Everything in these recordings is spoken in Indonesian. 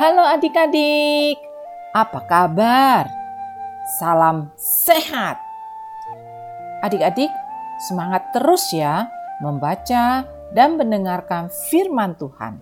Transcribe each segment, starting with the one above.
Halo adik-adik, apa kabar? Salam sehat. Adik-adik, semangat terus ya membaca dan mendengarkan firman Tuhan.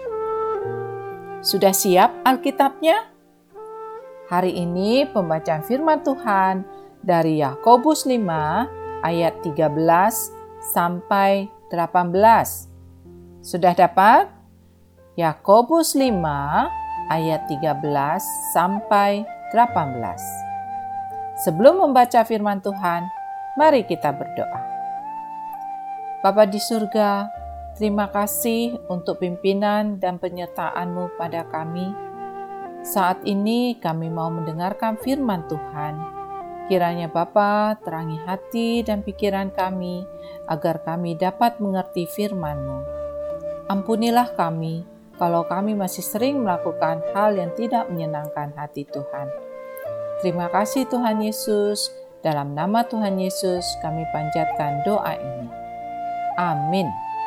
Sudah siap Alkitabnya? Hari ini pembacaan firman Tuhan dari Yakobus 5 ayat 13 sampai 18. Sudah dapat? Yakobus 5 ayat 13 sampai 18. Sebelum membaca firman Tuhan, mari kita berdoa. Bapa di surga, terima kasih untuk pimpinan dan penyertaan-Mu pada kami. Saat ini kami mau mendengarkan firman Tuhan. Kiranya Bapa terangi hati dan pikiran kami, agar kami dapat mengerti firman-Mu. Ampunilah kami, kalau kami masih sering melakukan hal yang tidak menyenangkan hati Tuhan. Terima kasih Tuhan Yesus, dalam nama Tuhan Yesus kami panjatkan doa ini. Amin.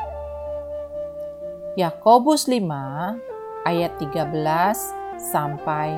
Yakobus 5 ayat 13 sampai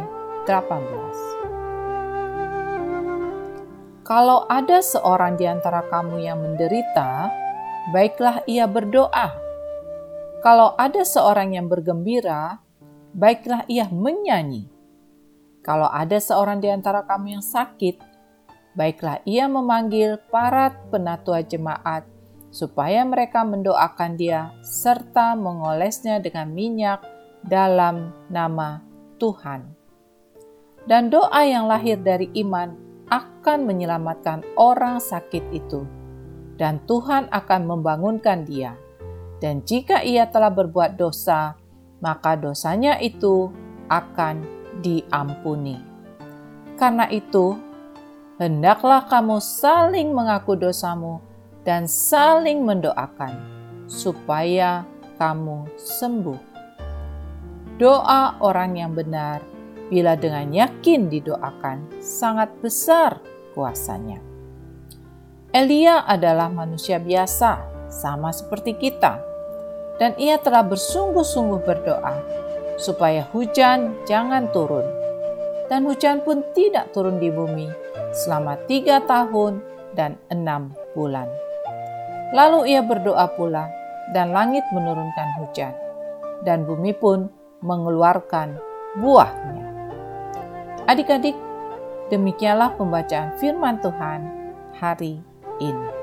18. Kalau ada seorang di antara kamu yang menderita, baiklah ia berdoa. Kalau ada seorang yang bergembira, baiklah ia menyanyi. Kalau ada seorang di antara kamu yang sakit, baiklah ia memanggil para penatua jemaat, supaya mereka mendoakan dia serta mengolesnya dengan minyak dalam nama Tuhan. Dan doa yang lahir dari iman akan menyelamatkan orang sakit itu, dan Tuhan akan membangunkan dia. Dan jika ia telah berbuat dosa, maka dosanya itu akan diampuni. Karena itu, hendaklah kamu saling mengaku dosamu dan saling mendoakan, supaya kamu sembuh. Doa orang yang benar, bila dengan yakin didoakan, sangat besar kuasanya. Elia adalah manusia biasa, sama seperti kita, dan ia telah bersungguh-sungguh berdoa supaya hujan jangan turun, dan hujan pun tidak turun di bumi selama 3 tahun dan 6 bulan. Lalu ia berdoa pula, dan langit menurunkan hujan, dan bumi pun mengeluarkan buahnya. Adik-adik, demikianlah pembacaan firman Tuhan hari ini.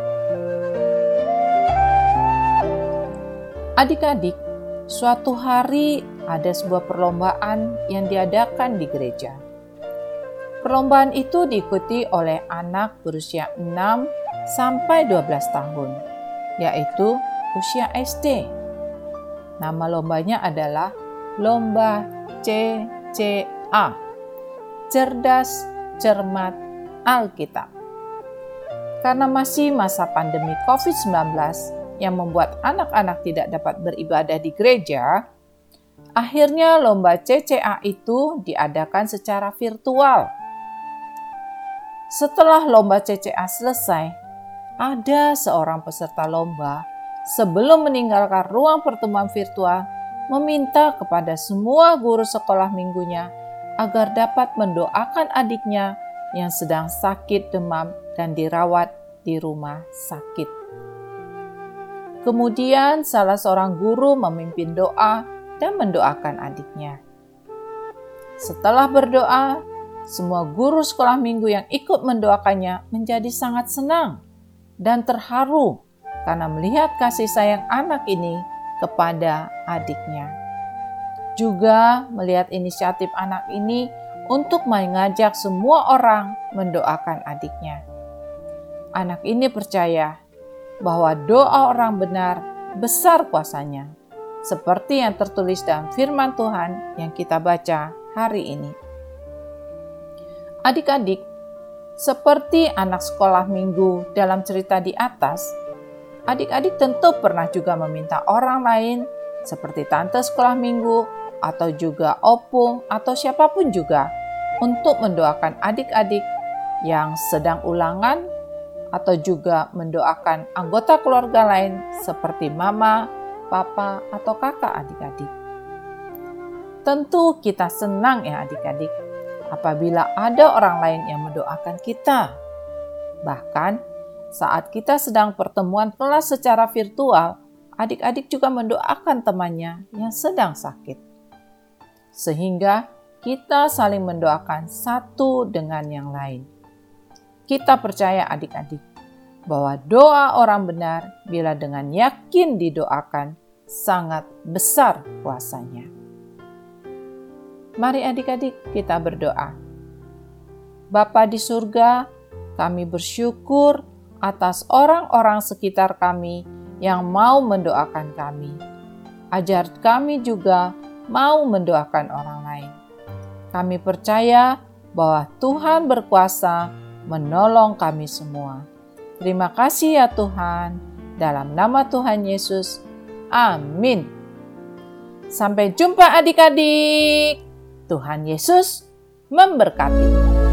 Adik-adik, suatu hari ada sebuah perlombaan yang diadakan di gereja. Perlombaan itu diikuti oleh anak berusia 6 sampai 12 tahun, yaitu usia SD. Nama lombanya adalah Lomba CCA, Cerdas Cermat Alkitab. Karena masih masa pandemi COVID-19, yang membuat anak-anak tidak dapat beribadah di gereja, akhirnya lomba CCA itu diadakan secara virtual. Setelah lomba CCA selesai, ada seorang peserta lomba sebelum meninggalkan ruang pertemuan virtual meminta kepada semua guru sekolah minggunya agar dapat mendoakan adiknya yang sedang sakit demam dan dirawat di rumah sakit. Kemudian salah seorang guru memimpin doa dan mendoakan adiknya. Setelah berdoa, semua guru sekolah minggu yang ikut mendoakannya menjadi sangat senang dan terharu karena melihat kasih sayang anak ini kepada adiknya. Juga melihat inisiatif anak ini untuk mengajak semua orang mendoakan adiknya. Anak ini percaya bahwa doa orang benar besar kuasanya, seperti yang tertulis dalam firman Tuhan yang kita baca hari ini. Adik-adik, seperti anak sekolah minggu dalam cerita di atas, adik-adik tentu pernah juga meminta orang lain seperti tante sekolah minggu atau juga opung atau siapapun juga untuk mendoakan adik-adik yang sedang ulangan atau juga mendoakan anggota keluarga lain seperti mama, papa, atau kakak adik-adik. Tentu kita senang ya adik-adik apabila ada orang lain yang mendoakan kita. Bahkan saat kita sedang pertemuan kelas secara virtual, adik-adik juga mendoakan temannya yang sedang sakit. Sehingga kita saling mendoakan satu dengan yang lain. Kita percaya adik-adik bahwa doa orang benar bila dengan yakin didoakan sangat besar kuasanya. Mari adik-adik kita berdoa. Bapa di surga, kami bersyukur atas orang-orang sekitar kami yang mau mendoakan kami. Ajar kami juga mau mendoakan orang lain. Kami percaya bahwa Tuhan berkuasa menolong kami semua. Terima kasih ya Tuhan, dalam nama Tuhan Yesus. Amin. Sampai jumpa adik-adik. Tuhan Yesus memberkati.